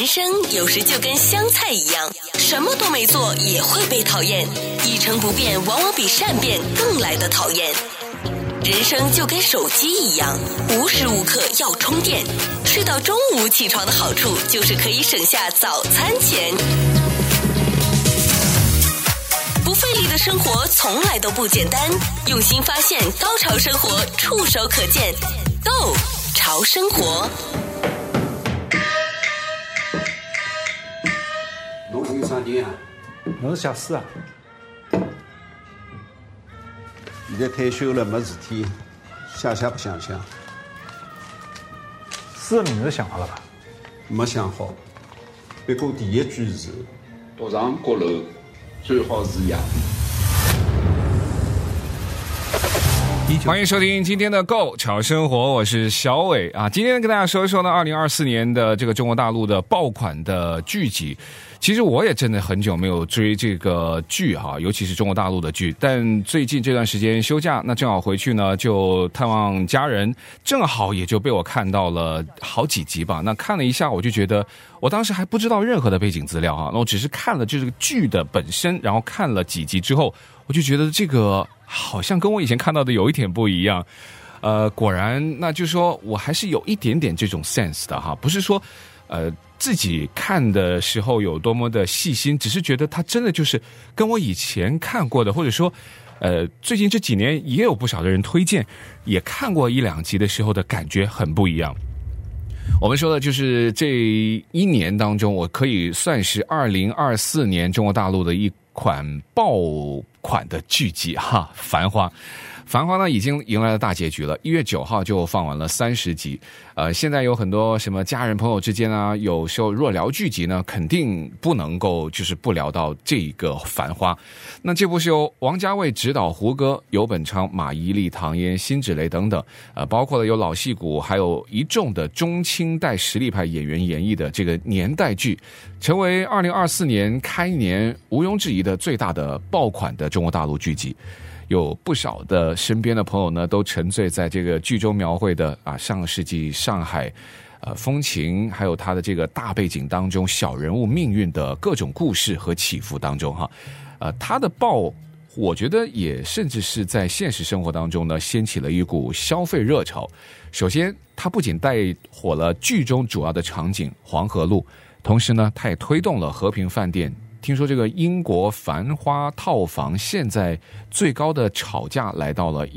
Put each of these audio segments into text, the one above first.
人生有时就跟香菜一样，什么都没做也会被讨厌，一成不变往往比善变更来得讨厌。人生就跟手机一样，无时无刻要充电，睡到中午起床的好处就是可以省下早餐钱。不费力的生活从来都不简单，用心发现，高潮生活触手可见 Go 潮生活。 侬是啥人啊？ 侬是小四啊？ 现在退休了，没事体，想不想？ 四的名字想好了吧？ 没想好。不过第一句是独上阁楼，最好是夜。 欢迎收听今天的 Go 潮生活，我是小伟啊。今天跟大家说一说呢，2024年的这个中国大陆的爆款的剧集。其实我也真的很久没有追这个剧哈，尤其是中国大陆的剧。但最近这段时间休假，那正好回去呢，就探望家人，正好也就被我看到了好几集吧。那看了一下，我就觉得我当时还不知道任何的背景资料哈，那我只是看了这个剧的本身，然后看了几集之后，我就觉得这个好像跟我以前看到的有一点不一样。果然，那就说我还是有一点点这种 sense 的哈，不是说自己看的时候有多么的细心，只是觉得它真的就是跟我以前看过的，或者说最近这几年也有不少的人推荐，也看过一两集的时候的感觉很不一样。我们说的就是这一年当中，我可以算是2024年中国大陆的一款爆款的剧集哈，《繁花》。繁花呢已经迎来了大结局了，1月9号就放完了30集。现在有很多什么家人朋友之间啊，有时候若聊剧集呢，肯定不能够就是不聊到这个繁花。那这部是由王家卫执导，胡歌、游本昌、马伊琍、唐嫣、辛芷蕾等等，包括了有老戏骨，还有一众的中青代实力派演员演绎的这个年代剧，成为2024年开年毋庸置疑的最大的爆款的中国大陆剧集。有不少的身边的朋友呢，都沉醉在这个剧中描绘的上个世纪上海风情，还有它的这个大背景当中小人物命运的各种故事和起伏当中哈。它的爆，我觉得也甚至是在现实生活当中呢，掀起了一股消费热潮。首先，它不仅带火了剧中主要的场景黄河路，同时呢，它也推动了和平饭店。听说这个英国繁花套房现在最高的炒价来到了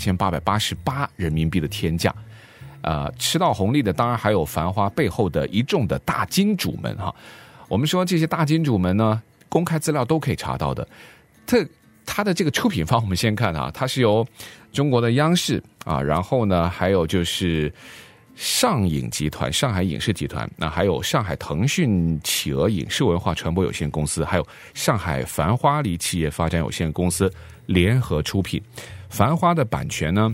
18888人民币的天价，吃到红利的当然还有繁花背后的一众的大金主们哈。我们说这些大金主们呢，公开资料都可以查到的。它的这个出品方，我们先看它是由中国的央视然后呢还有就是上影集团、上海影视集团，那还有上海腾讯企鹅影视文化传播有限公司，还有上海繁花梨企业发展有限公司联合出品。繁花的版权呢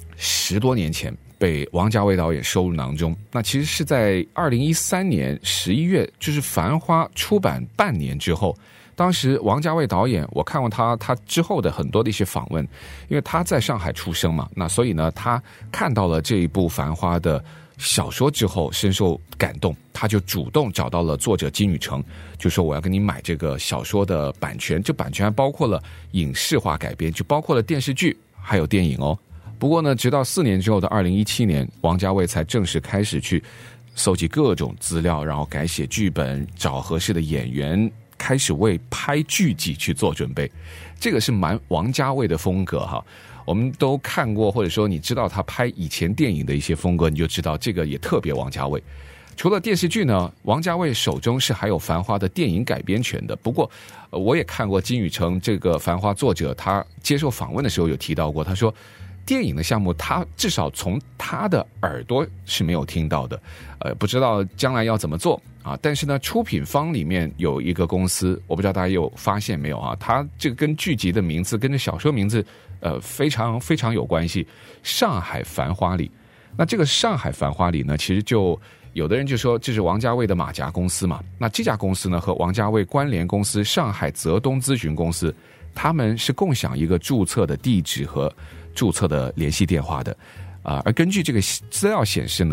，10多年前被王家卫导演收入囊中。那其实是在2013年11月，就是繁花出版半年之后。当时王家卫导演，我看过他之后的很多的一些访问，因为他在上海出生嘛，那所以呢，他看到了这一部《繁花》的小说之后，深受感动，他就主动找到了作者金宇澄，就说我要跟你买这个小说的版权，这版权还包括了影视化改编，就包括了电视剧还有电影哦。不过呢，直到4年之后的2017年，王家卫才正式开始去搜集各种资料，然后改写剧本，找合适的演员，开始为拍剧集去做准备。这个是蛮王家卫的风格哈。我们都看过，或者说你知道他拍以前电影的一些风格，你就知道这个也特别王家卫。除了电视剧呢，王家卫手中是还有《繁花》的电影改编权的。不过我也看过金宇澄这个《繁花》作者，他接受访问的时候有提到过，他说电影的项目他至少从他的耳朵是没有听到的，不知道将来要怎么做但是呢，出品方里面有一个公司，我不知道大家有发现没有它这个跟剧集的名字跟这小说名字非常非常有关系，上海繁花里。那这个上海繁花里呢，其实就有的人就说这是王家卫的马甲公司嘛。那这家公司呢和王家卫关联公司上海泽东咨询公司，他们是共享一个注册的地址和注册的联系电话的而根据这个资料显示呢，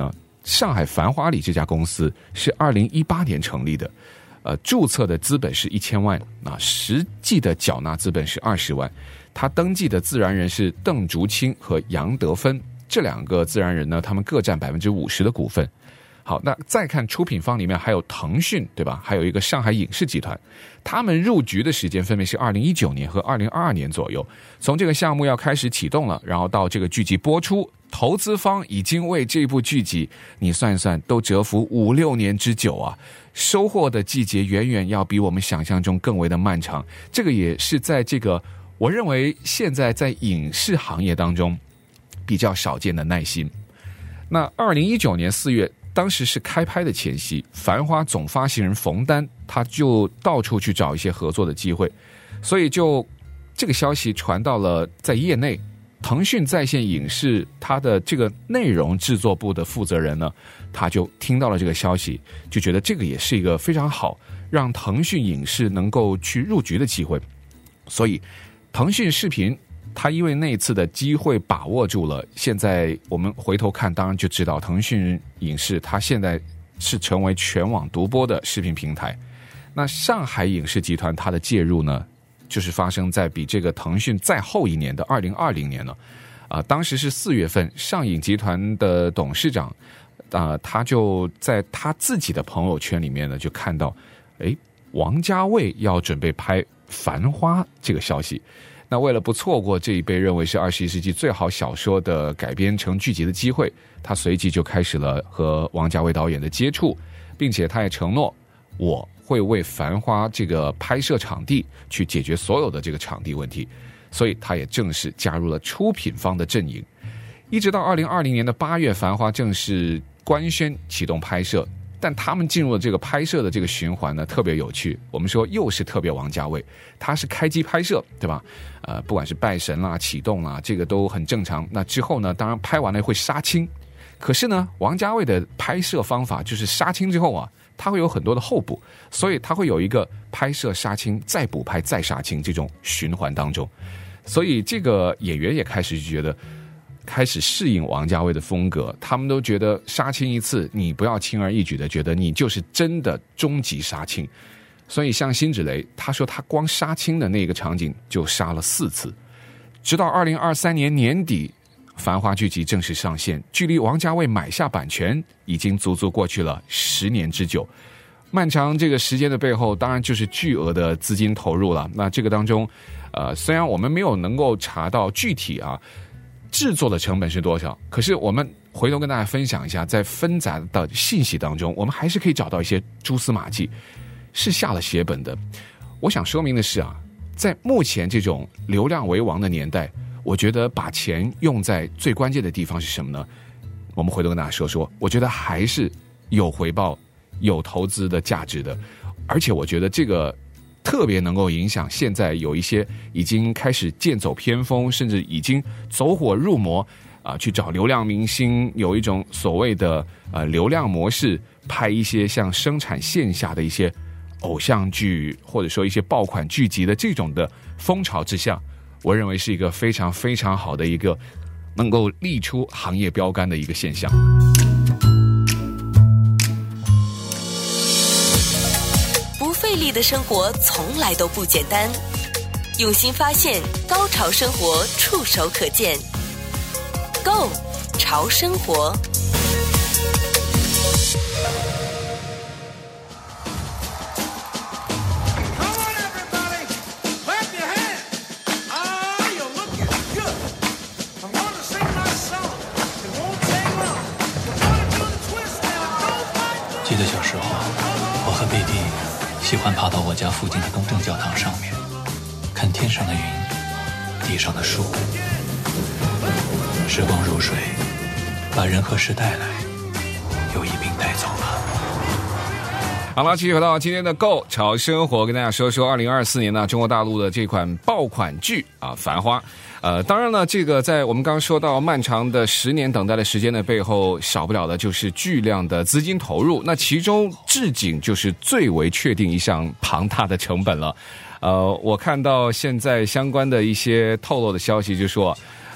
上海繁华里这家公司是2018年成立的，注册的资本是1000万啊，实际的缴纳资本是20万。他登记的自然人是邓竹清和杨德芬，这2个自然人呢，他们各占50%的股份。好，那再看出品方里面还有腾讯，对吧？还有一个上海影视集团，他们入局的时间分别是2019年和2022年左右。从这个项目要开始启动了，然后到这个剧集播出，投资方已经为这部剧集，你算一算，都蛰伏5-6年之久啊！收获的季节远远要比我们想象中更为的漫长。这个也是在这个我认为现在在影视行业当中比较少见的耐心。那2019年4月。当时是开拍的前夕，繁花总发行人冯丹他就到处去找一些合作的机会，所以就这个消息传到了在业内，腾讯在线影视它的这个内容制作部的负责人呢，他就听到了这个消息，就觉得这个也是一个非常好让腾讯影视能够去入局的机会，所以腾讯视频他因为那次的机会把握住了，现在我们回头看当然就知道腾讯影视它现在是成为全网独播的视频平台。那上海影视集团它的介入呢，就是发生在比这个腾讯再后一年的2020年了。当时是4月份，上影集团的董事长他就在他自己的朋友圈里面呢就看到王家卫要准备拍《繁花》这个消息。那为了不错过这一被认为是21世纪最好小说的改编成剧集的机会，他随即就开始了和王家卫导演的接触，并且他也承诺我会为《繁花》这个拍摄场地去解决所有的这个场地问题，所以他也正式加入了出品方的阵营。一直到2020年的8月，《繁花》正式官宣启动拍摄，但他们进入了这个拍摄的这个循环呢，特别有趣。我们说又是特别王家卫，他是开机拍摄，对吧？不管是拜神啦、启动啦，这个都很正常。那之后呢，当然拍完了会杀青。可是呢，王家卫的拍摄方法就是杀青之后啊，他会有很多的后补，所以他会有一个拍摄杀青再补拍再杀青这种循环当中。所以这个演员也开始觉得开始适应王家卫的风格，他们都觉得杀青一次你不要轻而易举的觉得你就是真的终极杀青。所以像辛芷蕾，他说他光杀青的那个场景就杀了4次。直到2023年年底，繁花剧集正式上线，距离王家卫买下版权已经足足过去了10年之久。漫长这个时间的背后，当然就是巨额的资金投入了。那这个当中虽然我们没有能够查到具体制作的成本是多少，可是我们回头跟大家分享一下，在纷杂的信息当中，我们还是可以找到一些蛛丝马迹，是下了血本的。我想说明的是在目前这种流量为王的年代，我觉得把钱用在最关键的地方是什么呢？我们回头跟大家说说，我觉得还是有回报、有投资的价值的。而且我觉得这个特别能够影响现在有一些已经开始剑走偏锋，甚至已经走火入魔去找流量明星，有一种所谓的流量模式，拍一些像生产线下的一些偶像剧，或者说一些爆款剧集的这种的风潮之下，我认为是一个非常非常好的一个能够立出行业标杆的一个现象。 不费力的生活从来都不简单，用心发现，高潮生活触手可见 Go 潮生活。 记得小时候，我和贝蒂喜欢爬到我家附近的东正教堂上面，看天上的云，地上的树。时光如水，把人和事带来，又一并带走了。 好了，继续回到今天的 Go 潮生活，跟大家说说2024年呢，中国大陆的这款爆款剧《繁花》。当然了，这个在我们刚刚说到漫长的10年等待的时间的背后，少不了的就是巨量的资金投入。那其中置景就是最为确定一项庞大的成本了。我看到现在相关的一些透露的消息就说，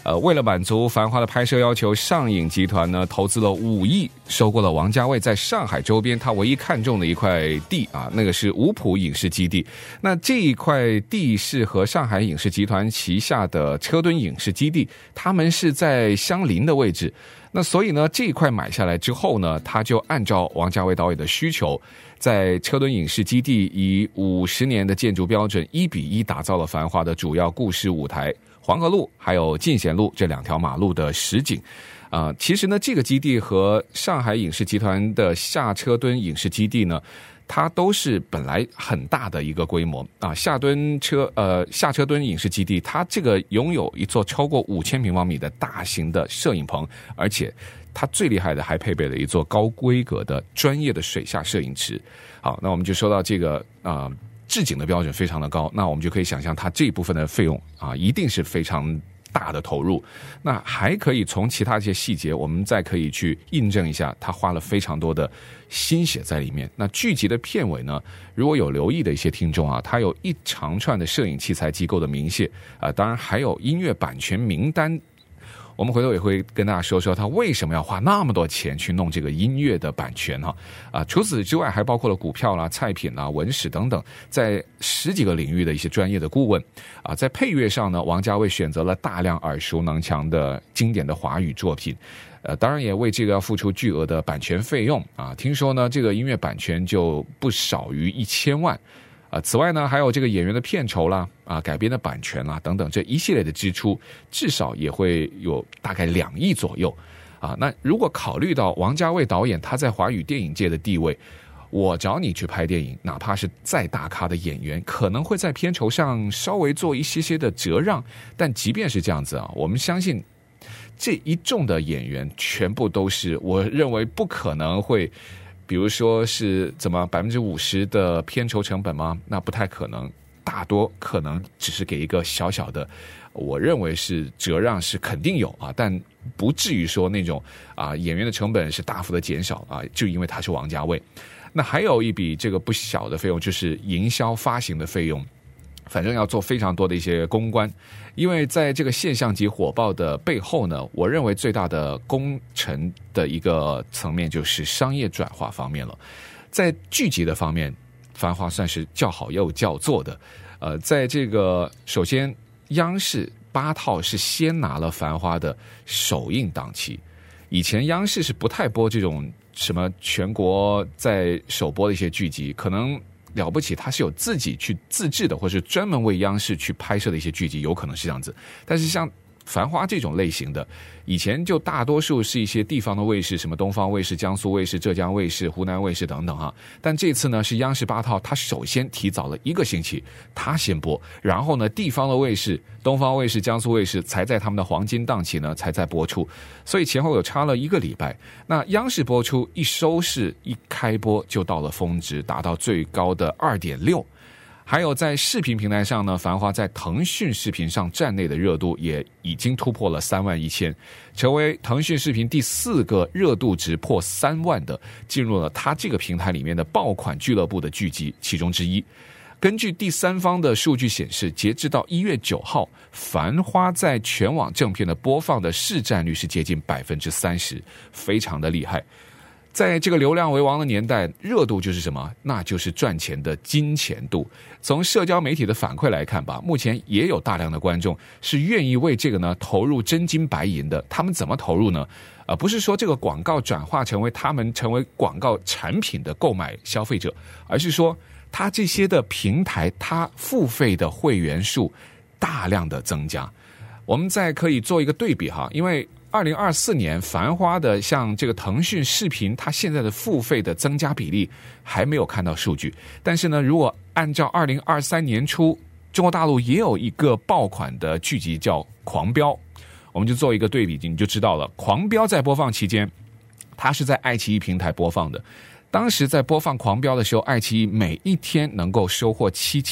为了满足《繁花》的拍摄要求，上影集团呢投资了5亿，收购了王家卫在上海周边他唯一看中的一块地啊，那个是五浦影视基地。那这一块地是和上海影视集团旗下的车墩影视基地，他们是在相邻的位置。那所以呢，这一块买下来之后呢，他就按照王家卫导演的需求，在车墩影视基地以50年的建筑标准1:1打造了《繁花》的主要故事舞台。黄河路还有进贤路这2条马路的实景，其实呢，这个基地和上海影视集团的下车墩影视基地呢，它都是本来很大的一个规模啊。下车墩影视基地，它这个拥有一座超过5000平方米的大型的摄影棚，而且它最厉害的还配备了一座高规格的专业的水下摄影池。好，那我们就说到这个置景的标准非常的高，那我们就可以想象它这一部分的费用啊，一定是非常大的投入。那还可以从其他一些细节，我们再可以去印证一下，他花了非常多的心血在里面。那剧集的片尾呢，如果有留意的一些听众啊，它有一长串的摄影器材机构的明谢啊，当然还有音乐版权名单。我们回头也会跟大家说说他为什么要花那么多钱去弄这个音乐的版权哈除此之外还包括了股票啦、菜品啦、文史等等，在10几个领域的一些专业的顾问在配乐上呢，王家卫选择了大量耳熟能详的经典的华语作品，当然也为这个要付出巨额的版权费用听说呢这个音乐版权就不少于1000万。此外呢，还有这个演员的片酬啦，改编的版权啦等等，这一系列的支出至少也会有大概2亿左右那如果考虑到王家卫导演他在华语电影界的地位，我找你去拍电影，哪怕是再大咖的演员，可能会在片酬上稍微做一些的折让，但即便是这样子我们相信这一众的演员全部都是我认为不可能会。比如说是怎么50%的片酬成本吗？那不太可能，大多可能只是给一个小小的，我认为是折让是肯定有但不至于说那种演员的成本是大幅的减少就因为他是王家卫。那还有一笔这个不小的费用就是营销发行的费用。反正要做非常多的一些公关，因为在这个现象级火爆的背后呢，我认为最大的工程的一个层面就是商业转化方面了。在剧集的方面，《繁花》算是叫好又叫座的。在这个首先，央视8套是先拿了《繁花》的首映档期，以前央视是不太播这种什么全国在首播的一些剧集，可能。了不起，他是有自己去自制的，或是专门为央视去拍摄的一些剧集，有可能是这样子。但是像《繁花》这种类型的，以前就大多数是一些地方的卫视，什么东方卫视、江苏卫视、浙江卫视、湖南卫视等等但这次呢，是央视8套，它首先提早了1个星期，它先播，然后呢，地方的卫视、东方卫视、江苏卫视才在他们的黄金档期呢才在播出，所以前后有差了1个礼拜。那央视播出一收视一开播就到了峰值，达到最高的2.6。还有在视频平台上呢，《繁花》在腾讯视频上站内的热度也已经突破了31000，成为腾讯视频第4个热度值破3万的，进入了它这个平台里面的爆款俱乐部的剧集其中之一。根据第三方的数据显示，截至到1月9号，《繁花》在全网正片的播放的市占率是接近30%，非常的厉害。在这个流量为王的年代，热度就是什么？那就是赚钱的金钱度。从社交媒体的反馈来看吧，目前也有大量的观众是愿意为这个呢投入真金白银的。他们怎么投入呢？不是说这个广告转化成为他们成为广告产品的购买消费者，而是说他这些的平台，他付费的会员数大量的增加。我们再可以做一个对比因为2024年繁花的像这个腾讯视频，它现在的付费的增加比例还没有看到数据，但是呢，如果按照2023年初中国大陆也有一个爆款的剧集叫《狂飙》，我们就做一个对比，你就知道了。《狂飙》在播放期间，它是在爱奇艺平台播放的。当时在播放《狂飙》的时候，爱奇艺每一天能够收获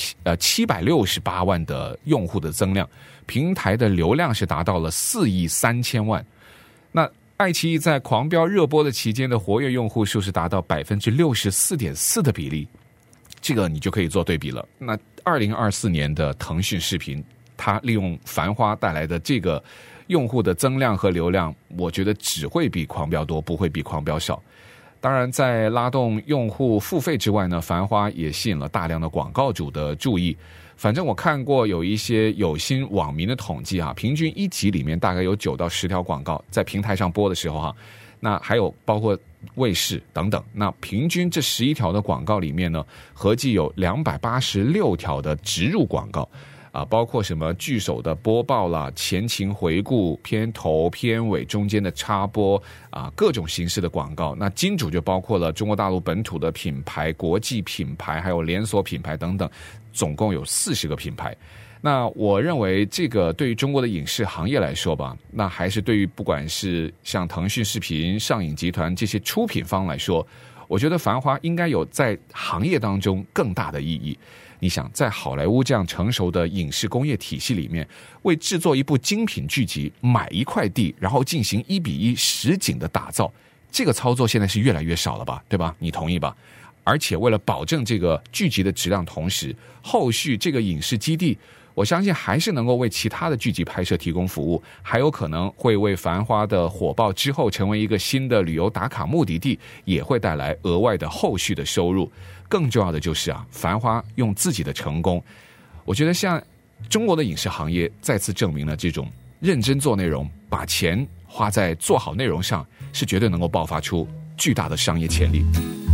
768万的用户的增量，平台的流量是达到了4亿3千万。那爱奇艺在《狂飙》热播的期间的活跃用户数是达到 64.4% 的比例，这个你就可以做对比了。那2024年的腾讯视频它利用繁花带来的这个用户的增量和流量，我觉得只会比狂飙多，不会比狂飙少。当然在拉动用户付费之外呢，繁花也吸引了大量的广告主的注意。反正我看过有一些有心网民的统计啊，平均一集里面大概有9到10条广告，在平台上播的时候哈，那还有包括卫视等等，那平均这11条的广告里面呢，合计有286条的植入广告啊，包括什么句首的播报啦、前情回顾、片头、片尾中间的插播啊，各种形式的广告。那金主就包括了中国大陆本土的品牌、国际品牌，还有连锁品牌等等，总共有40个品牌。那我认为这个对于中国的影视行业来说吧，那还是对于不管是像腾讯视频、上影集团这些出品方来说，我觉得繁花应该有在行业当中更大的意义。你想，在好莱坞这样成熟的影视工业体系里面，为制作一部精品剧集买一块地，然后进行1:1实景的打造，这个操作现在是越来越少了吧，对吧？你同意吧？而且为了保证这个剧集的质量，同时后续这个影视基地，我相信还是能够为其他的剧集拍摄提供服务，还有可能会为繁花的火爆之后成为一个新的旅游打卡目的地，也会带来额外的后续的收入。更重要的就是啊，繁花用自己的成功，我觉得像中国的影视行业再次证明了这种认真做内容，把钱花在做好内容上，是绝对能够爆发出巨大的商业潜力。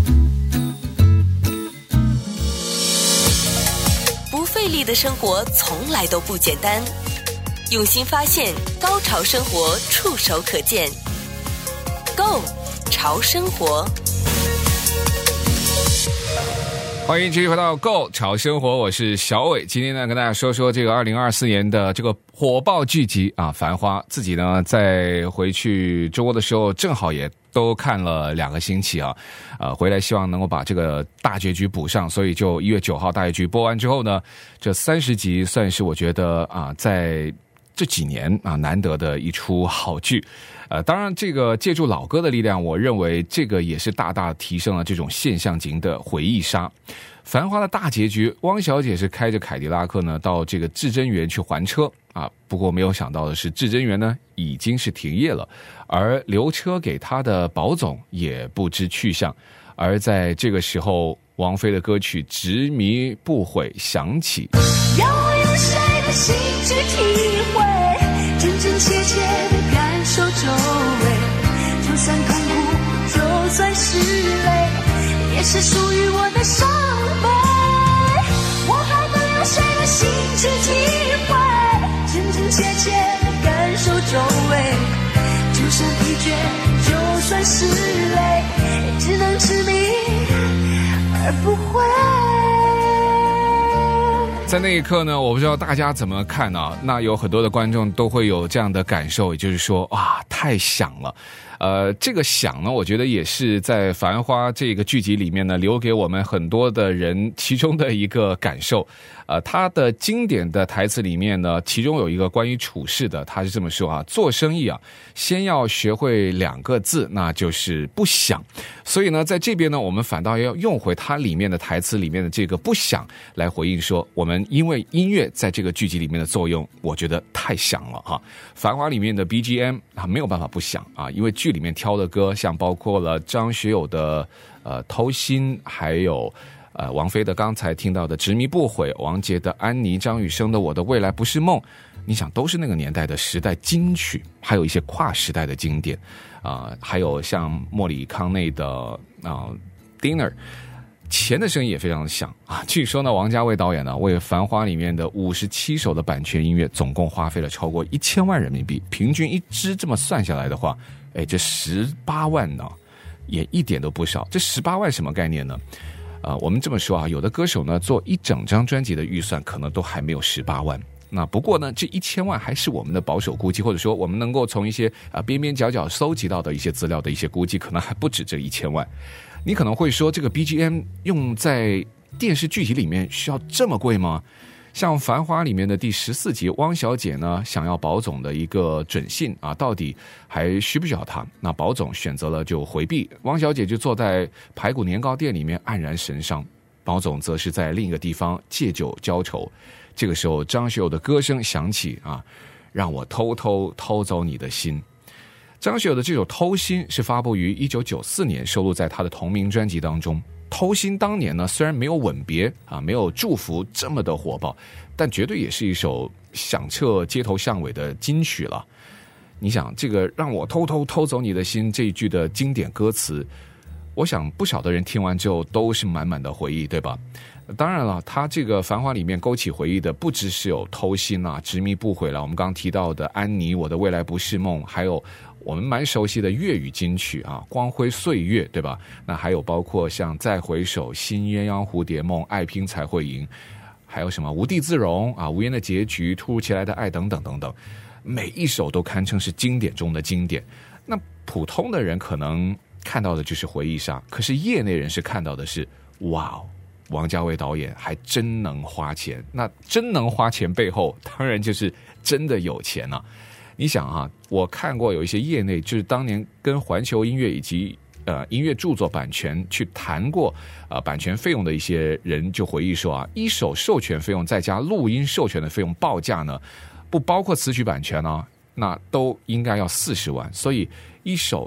不费力的生活从来都不简单，用心发现，高潮生活触手可见 Go 潮生活。 欢迎继续回到 Go 潮生活，我是小伟。今天呢，跟大家说说这个2024年的这个火爆剧集啊，《繁花》。自己呢，在回去中国的时候，正好也都看了2个星期啊，回来希望能够把这个大结局补上，所以就1月9号大结局播完之后呢，这30集算是我觉得啊，在这几年啊难得的一出好剧。当然这个借助老歌的力量，我认为这个也是大大提升了这种现象级的回忆杀。繁花的大结局，汪小姐是开着凯迪拉克呢到这个至臻园去还车啊，不过没有想到的是，至臻园呢已经是停业了，而留车给她的保总也不知去向。而在这个时候，王菲的歌曲《执迷不悔》响起。 让我用谁的心去体会，真真切切的感受周围，就算痛苦，就算是泪，也是属于我的伤悲。我还能用谁的心去体会，真真切切的感受周围，就算疲倦，就算是累，只能执迷而不悔。 在那一刻呢，我不知道大家怎么看啊？那有很多的观众都会有这样的感受，也就是说，哇，太响了。这个响呢，我觉得也是在《繁花》这个剧集里面呢，留给我们很多的人其中的一个感受。他的经典的台词里面呢，其中有一个关于处事的，他是这么说啊：做生意啊，先要学会2个字，那就是不响。所以呢，在这边呢，我们反倒要用回它里面的台词里面的这个不响来回应说，我们因为音乐在这个剧集里面的作用，我觉得太响了哈。繁花里面的 BGM 啊，没有办法不响啊，因为剧里面挑的歌，像包括了张学友的偷心，还有王菲的刚才听到的执迷不悔，王杰的安妮，张雨生的我的未来不是梦，你想都是那个年代的时代金曲，还有一些跨时代的经典还有像莫里康内的Dinner， 钱的声音也非常的响啊。据说呢，王家卫导演呢为《繁花》里面的57首的版权音乐，总共花费了超过1000万人民币，平均一支这么算下来的话，这18万呢也一点都不少。这18万什么概念呢？我们这么说啊，有的歌手呢做一整张专辑的预算可能都还没有18万。那不过呢，这1000万还是我们的保守估计，或者说我们能够从一些边边角角搜集到的一些资料的一些估计，可能还不止这1000万。你可能会说，这个 BGM 用在电视剧集里面需要这么贵吗？像《繁花》里面的第14集，汪小姐呢想要保总的一个准信啊，到底还需不需要他？那保总选择了就回避，汪小姐就坐在排骨年糕店里面黯然神伤。 宝总则是在另一个地方借酒浇愁。这个时候张学友的歌声响起啊，让我偷偷偷走你的心。张学友的这首《偷心》是发布于1994年，收录在他的同名专辑当中。偷心当年呢，虽然没有吻别啊，没有祝福这么的火爆，但绝对也是一首响彻街头巷尾的金曲了。你想，这个让我偷偷偷走你的心这一句的经典歌词，我想不少的人听完之后都是满满的回忆，对吧？当然了，他这个《繁华》里面勾起回忆的不只是有偷心啊、执迷不悔了，我们刚刚提到的安妮、我的未来不是梦，还有我们蛮熟悉的粤语金曲啊，光辉岁月，对吧？那还有包括像再回首、新鸳鸯蝴蝶梦、爱拼才会赢，还有什么无地自容啊、无言的结局、突如其来的爱等等等等，每一首都堪称是经典中的经典。那普通的人可能看到的就是回忆杀，可是业内人士看到的是哇，王家卫导演还真能花钱。那真能花钱背后当然就是真的有钱啊。你想啊，我看过有一些业内就是当年跟环球音乐以及音乐著作版权去谈过版权费用的一些人就回忆说啊，一手授权费用再加录音授权的费用报价呢，不包括词曲版权啊，那都应该要40万，所以一首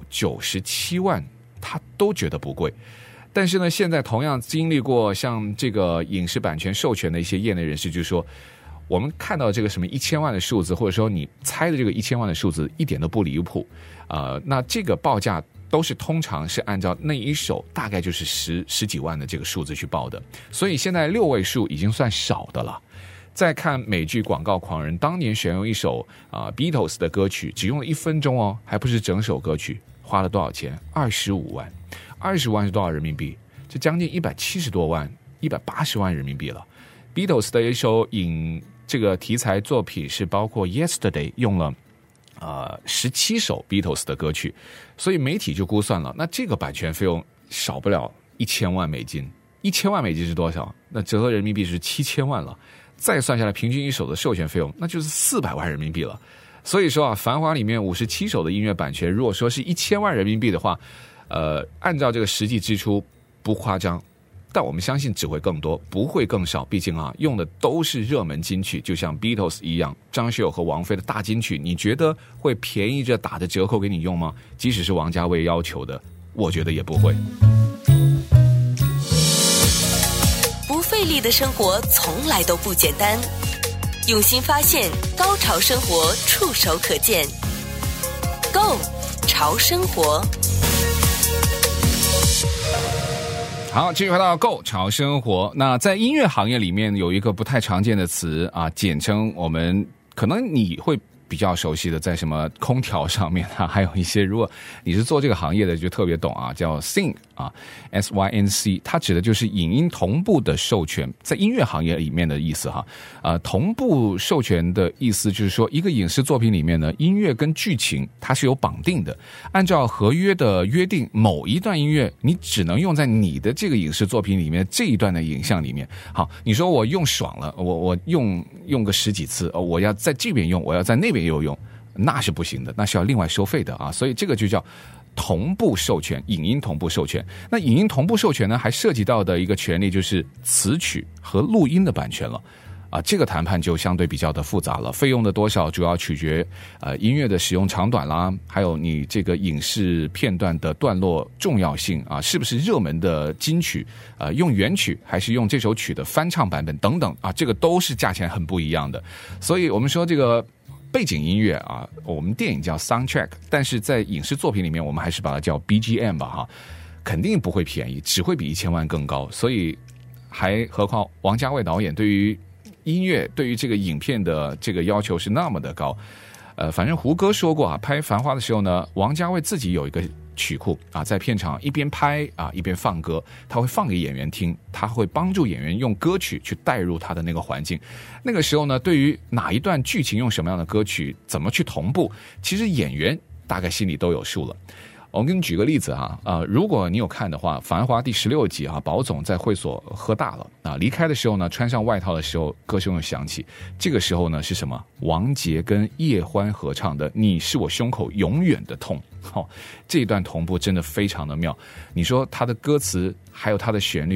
97万他都觉得不贵。但是呢，现在同样经历过像这个影视版权授权的一些业内人士就说，我们看到这个什么1000万的数字，或者说你猜的这个1000万的数字一点都不离谱，那这个报价都是通常是按照那一首大概就是十几万的这个数字去报的，所以现在6位数已经算少的了。再看美剧《广告狂人》，当年选用一首Beatles 的歌曲，只用了1分钟哦，还不是整首歌曲，花了多少钱？25万。20万是多少人民币？这将近170多万，180万人民币了。Beatles 的一首这个题材作品是包括 Yesterday 用了17首 Beatles 的歌曲，所以媒体就估算了，那这个版权费用少不了1000万美金。1000万美金是多少？那折合人民币是7000万了。再算下来，平均一首的授权费用，那就是400万人民币了。所以说啊，《繁华》里面57首的音乐版权，如果说是1000万人民币的话，按照这个实际支出不夸张，但我们相信只会更多，不会更少。毕竟啊，用的都是热门金曲，就像 Beatles 一样，张学友和王菲的大金曲，你觉得会便宜着打着折扣给你用吗？即使是王家卫要求的，我觉得也不会。 不费力的生活从来都不简单，用心发现，高潮生活触手可见 Go 潮生活。 好，继续回到 Go 潮生活。那在音乐行业里面有一个不太常见的词啊，简称我们可能你会比较熟悉的，在什么空调上面啊，还有一些如果你是做这个行业的就特别懂啊，叫 Sync 啊 SYNC， 它指的就是影音同步的授权，在音乐行业里面的意思哈。同步授权的意思就是说，一个影视作品里面呢，音乐跟剧情它是有绑定的，按照合约的约定，某一段音乐你只能用在你的这个影视作品里面这一段的影像里面。好，你说我用爽了，我用个10几次，我要在这边用，我要在那边也有用，那是不行的，那是要另外收费的啊。所以这个就叫同步授权，影音同步授权。那影音同步授权呢，还涉及到的一个权利就是词曲和录音的版权了啊。这个谈判就相对比较的复杂了，费用的多少主要取决音乐的使用长短啦，还有你这个影视片段的段落重要性啊，是不是热门的金曲，用原曲还是用这首曲的翻唱版本等等啊，这个都是价钱很不一样的。所以我们说这个背景音乐啊，我们电影叫 soundtrack， 但是在影视作品里面我们还是把它叫 BGM 吧哈，肯定不会便宜，只会比1000万更高。所以还何况王家卫导演对于音乐对于这个影片的这个要求是那么的高。反正胡歌说过啊，拍《繁花》的时候呢，王家卫自己有一个曲库啊，在片场一边拍啊一边放歌，他会放给演员听，他会帮助演员用歌曲去带入他的那个环境。那个时候呢，对于哪一段剧情用什么样的歌曲，怎么去同步，其实演员大概心里都有数了。我给你举个例子啊，如果你有看的话，《繁华》第16集啊，宝总在会所喝大了啊，离开的时候呢，穿上外套的时候，歌声又响起。这个时候呢，是什么？王杰跟叶欢合唱的《你是我胸口永远的痛》。这一段同步真的非常的妙。你说他的歌词还有他的旋律，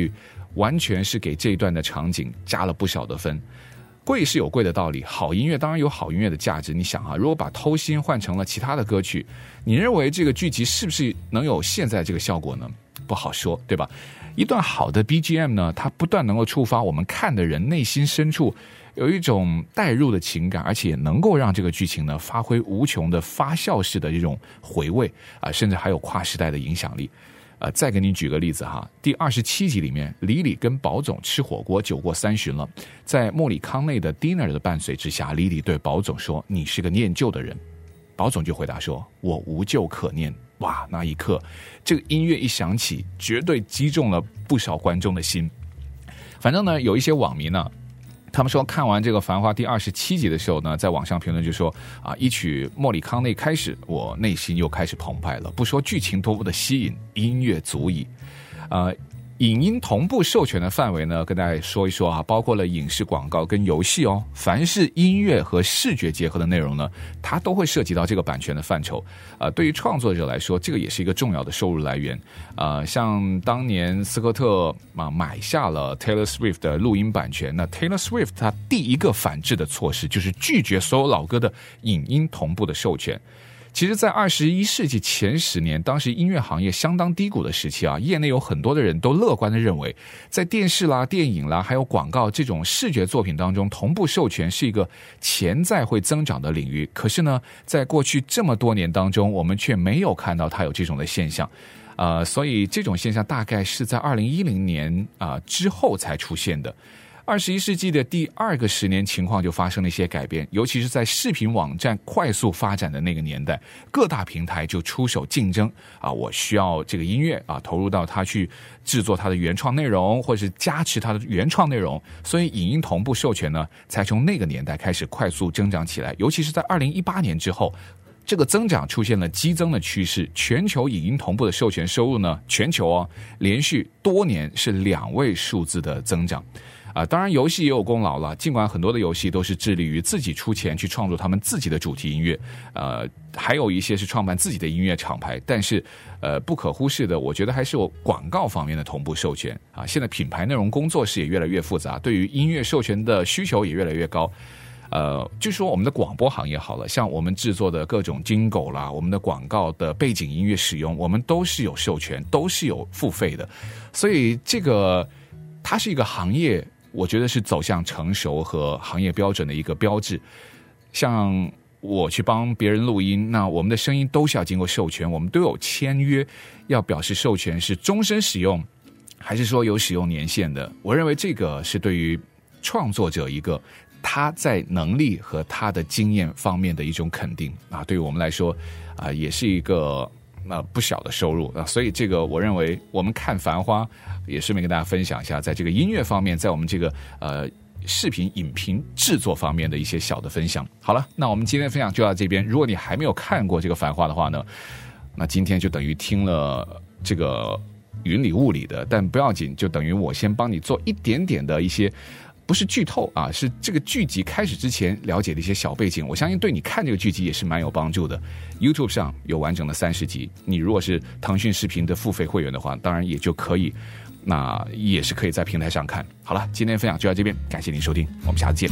完全是给这一段的场景加了不少的分。贵是有贵的道理，好音乐当然有好音乐的价值。你想啊，如果把偷心换成了其他的歌曲，你认为这个剧集是不是能有现在这个效果呢？不好说，对吧？一段好的 BGM 呢，它不但能够触发我们看的人内心深处有一种代入的情感，而且也能够让这个剧情呢发挥无穷的发酵式的这种回味甚至还有跨时代的影响力。再给你举个例子哈，第27集里面，李李跟宝总吃火锅，酒过三巡了，在莫里康内的 Dinner 的伴随之下，李李对宝总说：“你是个念旧的人。”宝总就回答说：“我无旧可念。”哇，那一刻，这个音乐一响起，绝对击中了不少观众的心。反正呢，有一些网民呢，他们说看完这个《繁花》第27集的时候呢，在网上评论就说一曲莫里康内开始，我内心又开始澎湃了。不说剧情多么的吸引，音乐足矣。影音同步授权的范围呢，跟大家说一说包括了影视广告跟游戏哦。凡是音乐和视觉结合的内容呢，它都会涉及到这个版权的范畴。对于创作者来说，这个也是一个重要的收入来源。像当年斯科特买下了 Taylor Swift 的录音版权，那 Taylor Swift 他第一个反制的措施就是拒绝所有老歌的影音同步的授权。其实在21世纪前10年，当时音乐行业相当低谷的时期业内有很多的人都乐观地认为，在电视啦、电影啦还有广告这种视觉作品当中，同步授权是一个潜在会增长的领域。可是呢，在过去这么多年当中，我们却没有看到它有这种的现象。所以这种现象大概是在2010年之后才出现的。21世纪的第2个10年情况就发生了一些改变，尤其是在视频网站快速发展的那个年代，各大平台就出手竞争我需要这个音乐投入到它去制作它的原创内容，或者是加持它的原创内容，所以影音同步授权呢，才从那个年代开始快速增长起来。尤其是在2018年之后，这个增长出现了激增的趋势，全球影音同步的授权收入呢，全球连续多年是2位数字的增长。当然游戏也有功劳了，尽管很多的游戏都是致力于自己出钱去创作他们自己的主题音乐，还有一些是创办自己的音乐厂牌，但是不可忽视的，我觉得还是有广告方面的同步授权现在品牌内容工作室也越来越复杂，对于音乐授权的需求也越来越高。就说我们的广播行业好了，像我们制作的各种 jingle 啦，我们的广告的背景音乐使用，我们都是有授权，都是有付费的，所以这个它是一个行业，我觉得是走向成熟和行业标准的一个标志。像我去帮别人录音，那我们的声音都是要经过授权，我们都有签约，要表示授权是终身使用，还是说有使用年限的。我认为这个是对于创作者一个他在能力和他的经验方面的一种肯定对于我们来说也是一个不小的收入所以这个我认为我们看《繁花》也顺便跟大家分享一下，在这个音乐方面，在我们这个视频影评制作方面的一些小的分享。好了，那我们今天的分享就到这边。如果你还没有看过这个《繁花》的话呢，那今天就等于听了这个云里雾里的，但不要紧，就等于我先帮你做一点点的一些不是剧透是这个剧集开始之前了解的一些小背景，我相信对你看这个剧集也是蛮有帮助的。 YouTube 上有完整的30集，你如果是腾讯视频的付费会员的话，当然也就可以，那也是可以在平台上看。好了，今天的分享就到这边，感谢您收听，我们下次见。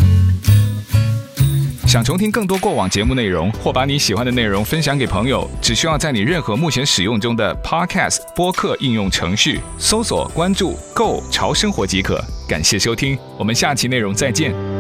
想重听更多过往节目内容，或把你喜欢的内容分享给朋友，只需要在你任何目前使用中的 Podcast 播客应用程序搜索关注 Go 潮生活即可。感谢收听，我们下期内容再见。